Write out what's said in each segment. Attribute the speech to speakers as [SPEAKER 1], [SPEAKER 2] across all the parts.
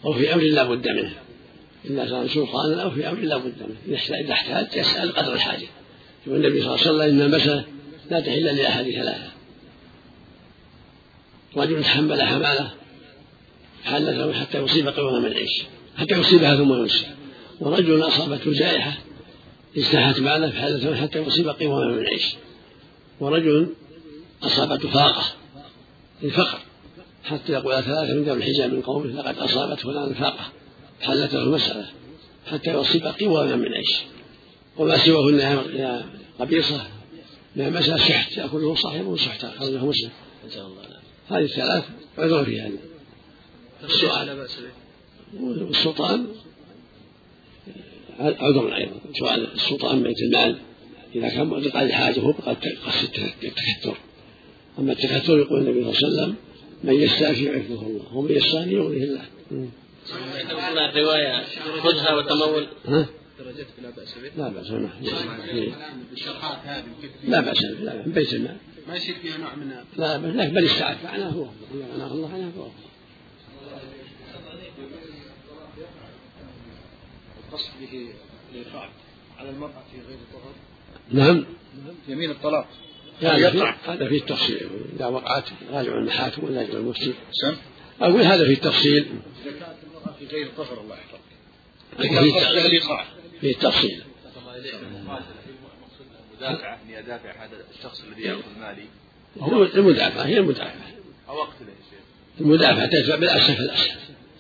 [SPEAKER 1] أو في أمر لا بد منه، إلا كان سلطانا أو في أمر لا بد منه، إذا احتاج يسأل قدر الحاجة. يقول النبي صلى الله عليه وسلم: إن المسألة لا تحل لأحد ثلاثة: رجل حمل حمالة حلته حتى يصيب قوما من عيش حتى يصيبها ثم يمسك، ورجل أصابته جائحة اجتاحت ماله فحلته حتى يصيب قوما من عيش، ورجل أصابته فاقة الفقر حتى يقول ثلاثة من ذوي الحجاب من قومه: لقد أصابت فلان الفاقة حلته المسألة حتى يصيب قوما من عيش. وما سواهن يا قبيصة من المسألة سحت يأكله صاحبه سحتا، خرجه مسلم. هذه الثلاث عذر فيها. السلطان عذر أيضا، سؤال السلطان بيت المال إذا كان بقى الحاجة هو بقى التكثر. أما التكثر يقول النبي صلى الله عليه وسلم: من يستعفي يعفه الله ومن يستغني يغنيه الله.
[SPEAKER 2] الرواية خذها وتمول
[SPEAKER 3] درجات لا بأس به.
[SPEAKER 1] لا بأس به.
[SPEAKER 3] الشرحات هذه
[SPEAKER 1] لا بأس به. لا من بيت المال
[SPEAKER 3] ما يصير فيها نوع من
[SPEAKER 1] لا بل استعف معناه هو معناه الله عنه هو.
[SPEAKER 3] القصد به الإيقاع على المرأة في غير الطهر.
[SPEAKER 1] نعم.
[SPEAKER 3] يمين الطلاق
[SPEAKER 1] هذا فيه التفصيل. إذا وقعت راجع المحاكم ولا راجع المفتي.
[SPEAKER 3] سم.
[SPEAKER 1] أقول هذا فيه التفصيل.
[SPEAKER 3] إذا كانت المرأة في غير الطهر الله يحفظك.
[SPEAKER 1] فيه التفصيل.
[SPEAKER 4] المدافعة إني أدافع هذا الشخص الذي يأخذ مالي.
[SPEAKER 1] المدافعة هي المدافعة.
[SPEAKER 4] أو أقتله يا شيخ.
[SPEAKER 1] المدافعة تدفع بالأسف الأسف.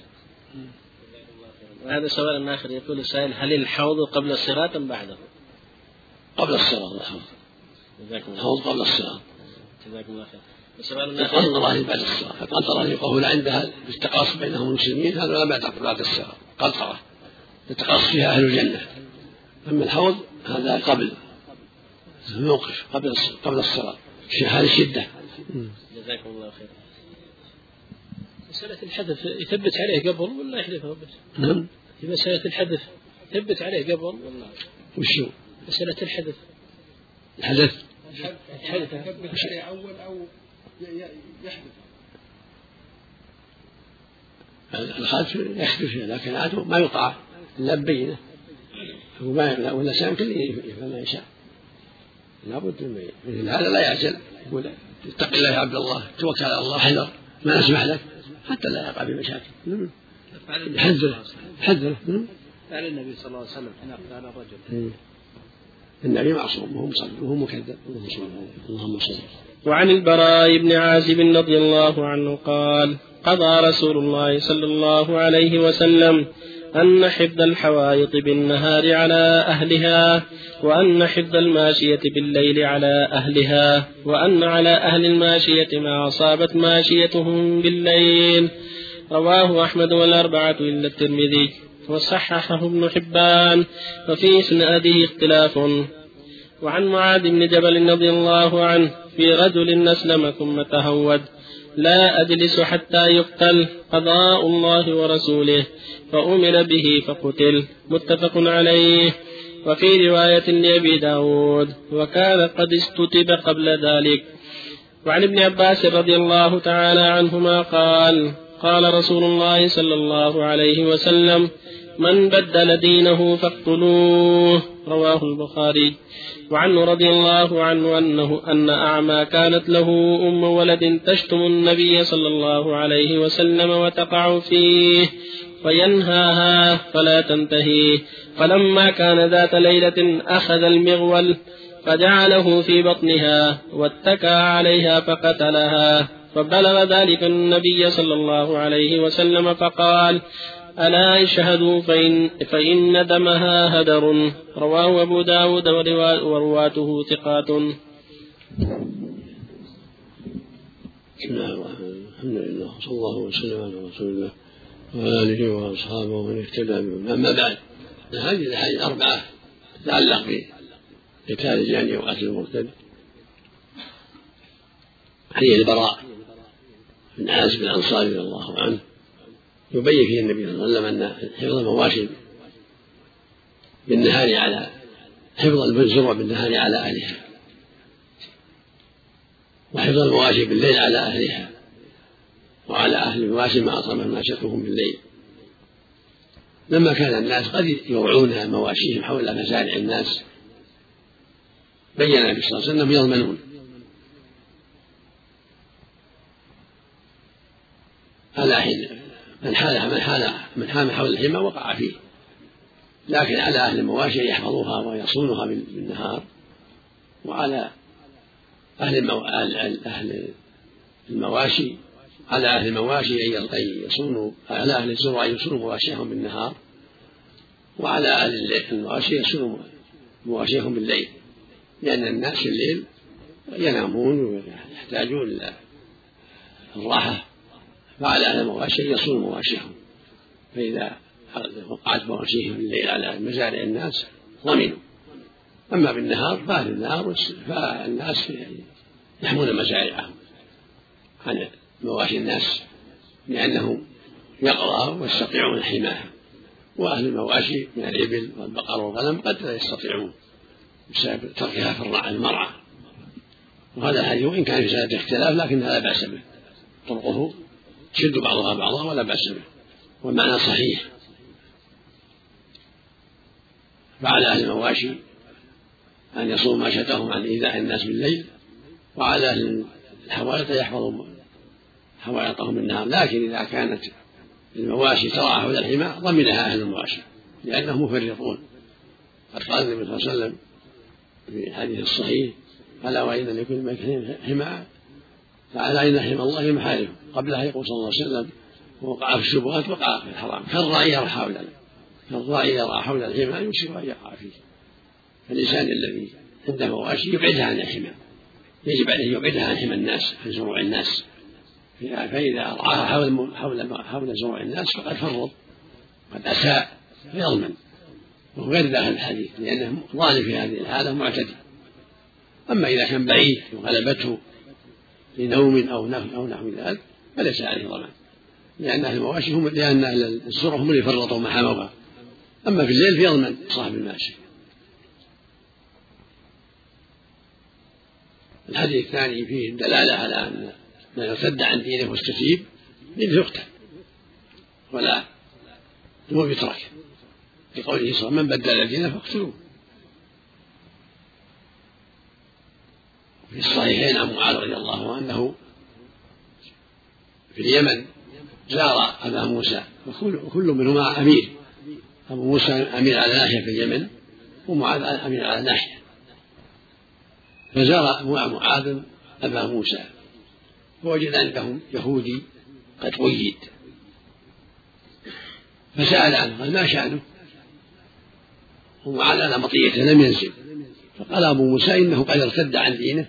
[SPEAKER 2] وهذا سؤال آخر يقول السائل: هل الحوض قبل الصلاة أم بعده؟
[SPEAKER 1] قبل الصلاة. الحوض قبل الصلاة.
[SPEAKER 2] جزاكم الله خير.
[SPEAKER 1] قصد الله بعد الصلاة، فقنطرة يقول عندها بالتقاص بينهم المسلمين، هذا لا بعد الصلاة، قنطرة يتقاص فيها أهل الجنة. أما الحوض هذا قبل الموقف قبل الصلاة في حال الشدة.
[SPEAKER 2] جزاكم الله خير. مسألة الحدث يثبت عليه قبل ولا يحذفه بس؟
[SPEAKER 1] نعم.
[SPEAKER 2] في مسألة الحدث يثبت عليه قبل ولا؟
[SPEAKER 1] وشو؟
[SPEAKER 2] مسألة الحدث.
[SPEAKER 1] الحدث
[SPEAKER 3] يثبت عليه أول أو يحدث.
[SPEAKER 1] الخلف يحدث لكن عاده ما يقع إلا ببينة، ولا سامكن يفعل ما يشاء. لابد من هذا لا يعجل، يقول: اتق الله يا عبد الله، توكل على الله، احذر ما نسمح لك حتى لا يقع بمشاكل. حذره.
[SPEAKER 3] قال النبي صلى الله عليه وسلم حين قال الرجل:
[SPEAKER 1] النبي معصوم وهو مصلي وهو مكذب. اللهم صل.
[SPEAKER 2] وعن البراء بن عازب رضي الله عنه قال: قضى رسول الله صلى الله عليه وسلم أن حفظ الحوائط بالنهار على أهلها، وأن حفظ الماشية بالليل على أهلها، وأن على أهل الماشية ما أصابت ماشيتهم بالليل. رواه أحمد والأربعة إلا الترمذي، وصححه ابن حبان، وفي إسناده اختلاف. وعن معاذ بن جبل رضي الله عنه: في رجل أسلم ثم تهود: لا أجلس حتى يقتل، قضاء الله ورسوله، فأمر به فقتل. متفق عليه. وفي رواية لأبي داود: وكان قد استتب قبل ذلك. وعن ابن عباس رضي الله تعالى عنهما قال: قال رسول الله صلى الله عليه وسلم: من بدل دينه فاقتلوه. رواه البخاري. وعنه رضي الله عنه أن أعمى كانت له أم ولد تشتم النبي صلى الله عليه وسلم وتقع فيه فينهاها فلا تنتهي، فلما كان ذات ليلة أخذ المغول فجعله في بطنها واتكى عليها فقتلها، فبلغ ذلك النبي صلى الله عليه وسلم فقال: ألا اشهدوا فإن دمها هدر. رواه أبو داود ورواته ثقات.
[SPEAKER 1] بسم الله الرحمن الرحيم. الحمد لله صلى الله وسلم على رسول الله وعلى آله وأصحابه ومن اهتدى بهم. أما بعد، هذه الأحاديث الأربعة تتعلق بقتال الجاني وقتل المرتد. حديث البراء بن عازب الأنصاري رضي الله عنه يبين فيه النبي صلى الله عليه وسلم أن حفظ المواشي بالنهار على حفظ الزروع بالنهار على أهلها، وحفظ المواشي بالليل على أهلها، وعلى أهل المواشي ما أصابهم ماشيتهم بالليل. لما كان الناس قد يرعون مواشيهم حول مزارع الناس بين النبي صلى الله عليه وسلم يضمنون على حين من حام حول الحمى وقع فيه، لكن على أهل المواشي يحفظوها ويصونها بالنهار، وعلى أهل المواشي أن يصونوا، على أهل الزرع يصونوا مواشيهم بالنهار، وعلى أهل المواشي يصونوا مواشيهم بالليل، لأن الناس في الليل ينامون ويحتاجون إلى الراحة، فعلى أهل المواشي يصونوا مواشيهم، فإذا وقعت مواشيهم بالليل على مزارع الناس ضمنوا. أما بالنهار فأهل النار فالناس يحمون مزارعهم عن مواشي الناس، لأنهم يقظى ويستطيعون حماها، وأهل المواشي من الإبل والبقر والغنم قد لا يستطيعون بسبب تركها في المرعى. وهذا الحديث وإن كان في زيادة اختلاف لكن لا بأس به، طرقه تشد بعضها بعضا ولا بأس به، والمعنى صحيح. فعلى أهل المواشي أن يصوموا ماشيتهم عن إيذاء الناس بالليل، وعلى أهل الحوائط يحفظوا حوائطهم بالنهار، لكن إذا كانت المواشي ترعى حول الحمى ضمنها أهل المواشي لأنهم مفرطون. قد قال النبي صلى الله عليه وسلم في الحديث الصحيح: ألا وإن لكل مكان حمى فعلى إن حمى الله محارم. قبلها يقول صلى الله عليه وسلم: وقع في الشبهات وقع في الحرام، كالراعي يرعى حول الحمى يوشك أن يقع فيه. فالإنسان الذي عنده مواشي يبعدها عن الحمى، يجب عليه يبعدها عن حمى الناس، عن زروع الناس، فإذا رعاها حول زروع الناس فقد فرط، قد أساء فيضمن، وهو غير داخل الحديث لأنه ظالم في هذه الحالة معتدي. أما إذا كان بعيد وغلبته لنوم أو نحو ذلك فليس عليه ضمان، لأن أهل المواشي لأن أهل الزرع هم اللي فرطوا ما حموها. أما في الليل فيضمن صاحب الماشي. الحديث الثاني فيه الدلالة على أن من ارتد عن دينه واستتيب يقتل ولا هو يترك، لقوله صلى الله عليه وسلم: من بدل دينه فاقتلوه. في الصحيحين عن معاذ رضي الله عنه أنه في اليمن زار أبا موسى، وكل منهما أمير، أبو موسى أمير على ناحية في اليمن ومعاذ أمير على ناحية، فزار معاذ أبا موسى فوجد عندهم يهودي قد قيد، فسأل عنه قال: ما شأنه؟ ومعاذ على مطيته لم ينزل، فقال أبو موسى: إنه قد ارتد عن دينه،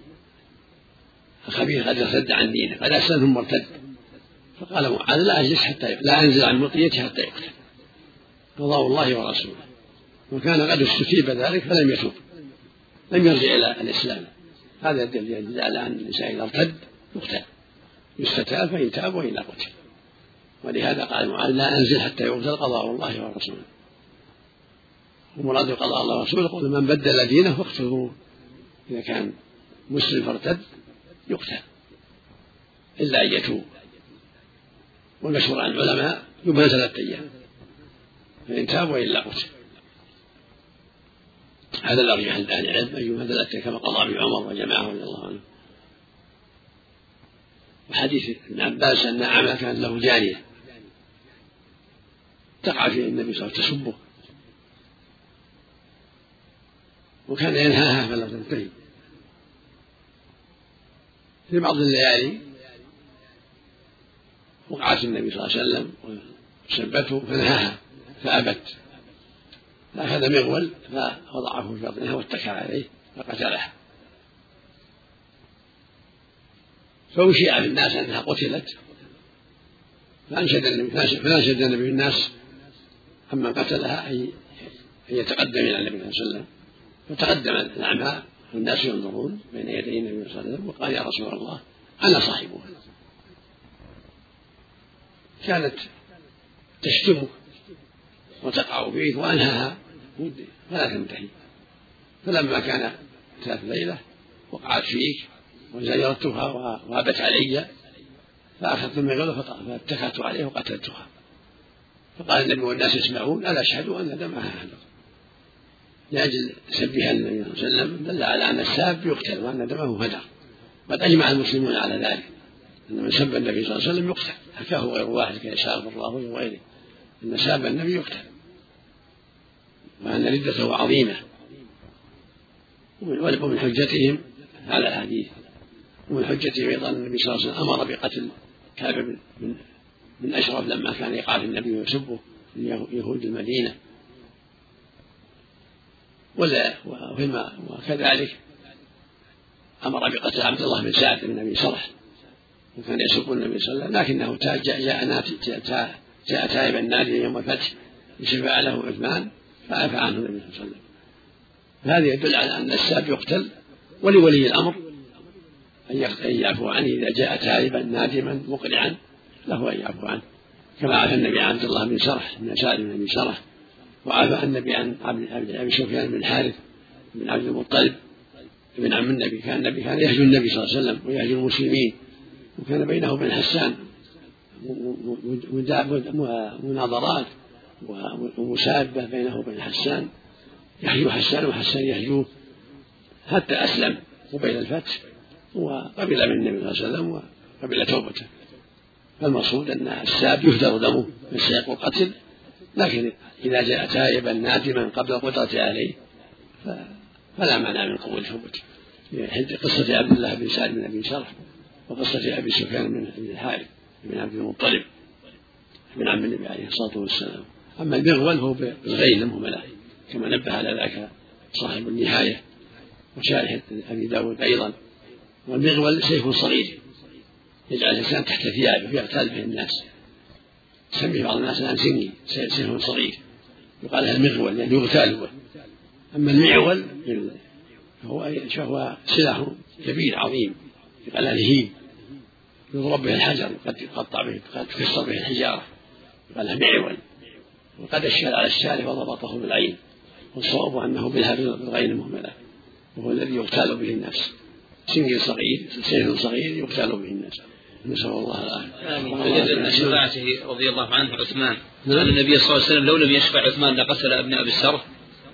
[SPEAKER 1] الخبيث قد ارتد عن دينه، قد أسلم ثم ارتد. فقال معاذ: لا أجلس لا أنزل عن مطيته حتى يقتل، قضاء الله ورسوله. وكان قد استتيب ذلك فلم يتوب، لم يرجع إلى الإسلام. هذا الدليل على أن الإنسان إذا ارتد يقتل، يستتاب فإن تاب وإلا قتل. ولهذا قال معاذ: لا أنزل حتى يقتل، قضاء الله ورسوله. ومراد قضاء الله ورسوله يقول: من بدل دينه فاقتلوه. إذا كان مسلم فارتد يقتل إلا أن يتوب، والمشهور عن العلماء يبهى 3 أيام، فإن تاب وإلا قتل. هذا الأرجح عند أهل العلم أن يبهى 3 أيام، كما قضى بعمر وجماعة رضي الله عنه. وحديث ابن عباس أن أعمى كانت له جارية تقع في النبي صلى الله عليه وسلم تسبه، وكان ينهاها فلا تنتهي. في بعض الليالي وقعت النبي صلى الله عليه وسلم وسبته فنهاها فأبت، فأخذ مغول فوضعه في بطنها واتكى عليه فقتلها. فوشع في الناس أنها قتلت، فأنشد النبي الناس أما قتلها أن يتقدم إلى النبي صلى الله عليه وسلم، فتقدم الأعمى والناس ينظرون بين يدي النبي صلى الله عليه وسلم وقال: يا رسول الله أنا صاحبها. كانت تشتمه وتقع فيه وأنهاها فلا تنتهي. فلما كان 3 ليلة وقعت فيك وزجرتها وابت علي، فأخذت المغول فاتكأت عليه وقتلتها. فقال النبي والناس يسمعون ألا أشهدوا أن دمها حلال لأجل سبها النبي صلى الله عليه وسلم دل على أن الساب يقتل وأن دمه هدر. قد أجمع المسلمون على ذلك أن من سب النبي صلى الله عليه وسلم يقتل، حكاه غير واحد كإسحاق بن راهويه وغيره أن ساب النبي يقتل وأن ردته عظيمة. ومن حجتهم على الحديث ومن حجتهم أيضا النبي صلى الله عليه وسلم أمر بقتل كعب بن أشرف لما كان يقع في النبي ويسبه يهود المدينة. وكذلك أمر بقتل عبد الله بن سعد بن أبي سرح وكان يسب النبي صلى الله عليه وسلم لكنه جاء تائبا ناديا يوم الفتح يشفع له عثمان فعفى عنه النبي صلى الله عليه وسلم. هذا يدل على أن الساب يقتل ولولي الأمر أن يعفو عنه إذا جاء تائبا نادما مقرعا له أن يعفو عنه، كما عفى النبي عن عبد الله بن سرح بن سعد بن أبي سرح، وعفى النبي عن أبي سفيان بن الحارث بن عبد المطلب ابن عم النبي. كان يهجو النبي صلى الله عليه وسلم ويهجو المسلمين، وكان بينه وبين حسان مناظرات ومسابة بينه وبين حسان، يهجو حسان وحسان يهجوه حتى أسلم قبيل الفتح وقبل من النبي صلى الله عليه وسلم وقبل توبته. فالمقصود أن الساب يهدر دمه بالسيق والقتل، لكن إذا جاء تائبا نادما قبل القدرة عليه فلا مانع من قبول توبته. قصة عبد الله بن سعد بن أبي سرح وقصة أبي سفيان بن الحارث بن عبد المطلب بن عم النبي عليه الصلاة والسلام. أما المغول هو بالغين المهملة كما نبه على ذاك صاحب النهاية وشارح أبي داود أيضا. والمغول سيف صغير يجعل الإنسان تحت ثيابه ويغتال به الناس، يسميه بعض الناس الآن سني، سيف صغير يقال له المغول يعني يغتال به. أما المعول فهو سلاح كبير عظيم يقال له الهيب يضرب به الحجر قد يقطع به قد تكسر به الحجارة يقال له معول. وقد أشكل على الشارع وضبطه بالعين، والصواب أنه بالغين المهملة وهو الذي يغتال به الناس، سنجل صغير سيف صغير يغتال به الناس. نسأل الله العافية.
[SPEAKER 5] من شفاعته رضي الله عنه عثمان أن النبي صلى الله عليه وسلم لو لم يشفع عثمان لقتل ابن أبي السرح.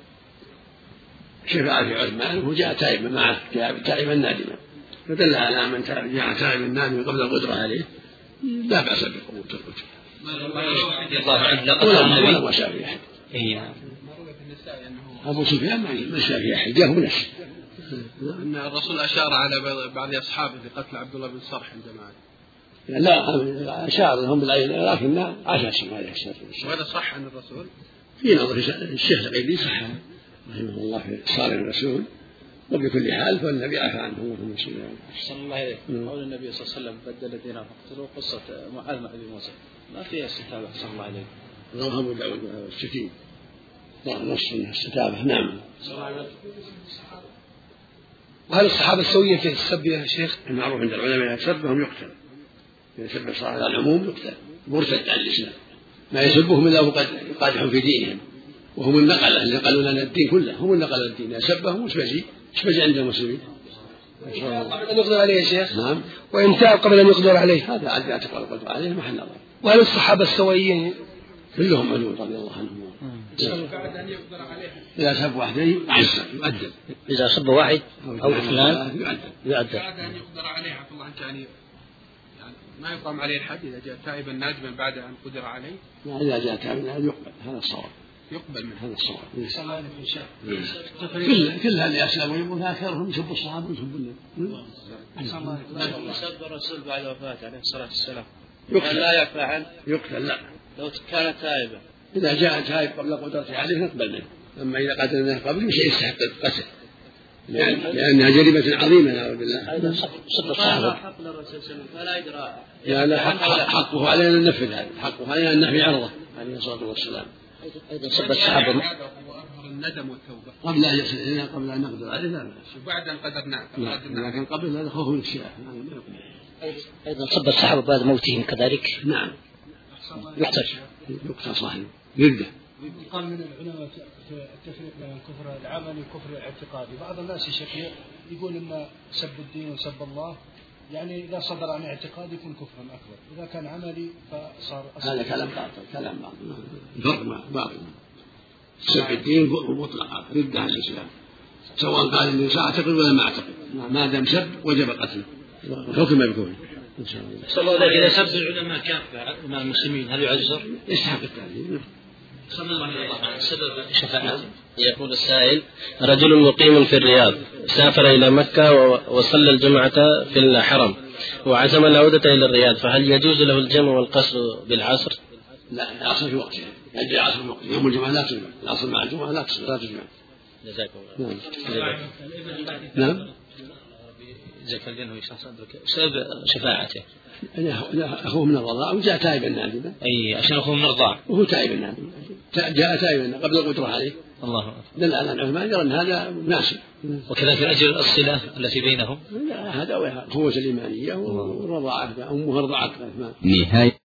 [SPEAKER 1] شفاعة عثمان هو جاء تائبا معه جاء تائبا نادما، فدل على من جاء تائبا نادما قبل القدرة عليه لا بأس بقبول توبته.
[SPEAKER 5] رضي الله عنه لقتل النبي
[SPEAKER 1] ولا شافي أحد. أبو سفيان ما شافي أحد جاءه نفسه.
[SPEAKER 3] أن الرسول أشار على بعض أصحابه بقتل عبد الله بن سرح عندما
[SPEAKER 1] لا أشار لهم بالعين لكن عشاشهم عليه الصلاة والسلام.
[SPEAKER 3] وهذا صح عن الرسول؟
[SPEAKER 1] في نظر الشيخ العيدي صح رحمه الله في صالح الرسول، وبكل حال فالنبي عفى عنه اللهم صل على
[SPEAKER 3] صلى الله عليه وسلم. قول النبي صلى الله عليه وسلم بدل الدينار فاقتلوا قصة معاذ بن أبي موسى ما فيها استتابة صلى الله عليه وسلم.
[SPEAKER 1] رواه أبو داود الشتيم نص استتابة. نعم.
[SPEAKER 6] وهل الصحابة سويا في السب يا شيخ؟
[SPEAKER 1] المعروف عند العلماء سبهم يقتل، إذا سب الصحابة على العموم يقتل مرتد عن الإسلام، ما يسبهم إلا وقد يقادحون في دينهم، وهم النقلة اللي نقلوا لنا الدين كله، هم النقلة الدين. إذا سبهم وش بجي عند المسلمين؟
[SPEAKER 6] قبل أن يقدر عليه يا شيخ.
[SPEAKER 1] نعم.
[SPEAKER 6] وإن تاب قبل أن يقدر عليه
[SPEAKER 1] هذا عاد يعتقد القدر عليه محل نظر.
[SPEAKER 6] وهل الصحابة السويين
[SPEAKER 1] كلهم علو رضي الله عنهم.
[SPEAKER 3] بعد أن يقدر عليه
[SPEAKER 1] إذا سب واحدين يؤدب،
[SPEAKER 5] إذا سب واحد أو اثنان يؤدب.
[SPEAKER 3] بعد أن يقدر عليه عفوا الله عنك يعني ما يقام عليه الحد إذا جاء تائبا نادما بعد أن قدر عليه.
[SPEAKER 1] إذا جاء تائبا يقبل، هذا الصواب.
[SPEAKER 3] يقبل منه
[SPEAKER 1] هذا الصواب.
[SPEAKER 3] الله
[SPEAKER 1] كل هذه أسلام ويقول أكثرهم يسب الصحابة ويسب النبي.
[SPEAKER 7] سب الرسول بعد وفاته عليه الصلاة والسلام
[SPEAKER 1] لا
[SPEAKER 7] يعفى عنه
[SPEAKER 1] يقتل لا
[SPEAKER 7] لو كان تائبا.
[SPEAKER 1] إذا جاء تائب قبل قدرته عليه نقبل منه، أما إذا قتلناه قبل مش يستحق القتل لأنها جريمة عظيمة نعوذ بالله.
[SPEAKER 7] أيضا سب الصحابة حق للرسول صلى الله عليه وسلم فلا يدرى.
[SPEAKER 1] لا حقه علينا أن ننفذ هذا، حقه علينا أن نحمي عرضه عليه الصلاة والسلام.
[SPEAKER 5] أيضا سب الصحابة
[SPEAKER 3] وأظهر الندم والتوبة
[SPEAKER 1] قبل أن يصل إلينا قبل أن نقدر عليه لا بأس.
[SPEAKER 3] وبعد أن قدرنا
[SPEAKER 1] لكن قبل هذا خوف من الشيعة.
[SPEAKER 5] أيضا سب الصحابة بعد موتهم كذلك.
[SPEAKER 1] نعم يقتل صاحبه ردة.
[SPEAKER 8] قال من العلماء في التفريق بين الكفر العملي والكفر الاعتقادي. بعض الناس يا شيخ يقول ان سب الدين وسب الله يعني إذا صدر عن اعتقاد يكون كفرا أكبر، إذا كان عملي فصار
[SPEAKER 1] هذا كلام باطل، كلام باطل، فرق باطل. سب الدين مطلقا ضد عن الإسلام، سواء قال إني سأعتقد ولا ما أعتقد، ما دام سب وجب قتله الحكم بكفره إن شاء الله.
[SPEAKER 7] إذا سب العلماء كافة مع المسلمين هل يعذر؟
[SPEAKER 1] يستحق التعذيب.
[SPEAKER 7] سبب شفاعته.
[SPEAKER 2] يقول السائل: رجل مقيم في الرياض سافر إلى مكة وصلى الجمعة في الحرم وعزم العودة إلى الرياض، فهل يجوز له الجمع والقصر بالعصر؟
[SPEAKER 1] لا، العصر في وقته، يجري العصر في وقته، يوم الجمعة لا تجمع، العصر مع الجمعة لا تجمع.
[SPEAKER 2] جزاكم الله.
[SPEAKER 1] نعم.
[SPEAKER 7] إذا كان بينه شخص أدرك سبب شفاعته
[SPEAKER 1] أخوه من الرضاع وجاء تائبا نادما.
[SPEAKER 7] أي عشان أخوه من الرضاع
[SPEAKER 1] وهو تائبا نادما، جاء تائبا قبل القدرة عليه.
[SPEAKER 7] الله أكبر.
[SPEAKER 1] دل على أن عثمان يرى أن هذا مناسب.
[SPEAKER 7] وكذلك أجل الصلة التي بينهم.
[SPEAKER 1] هذا هو الإيمانية والرضاعة، أمه رضعت عثمان.
[SPEAKER 9] نهاية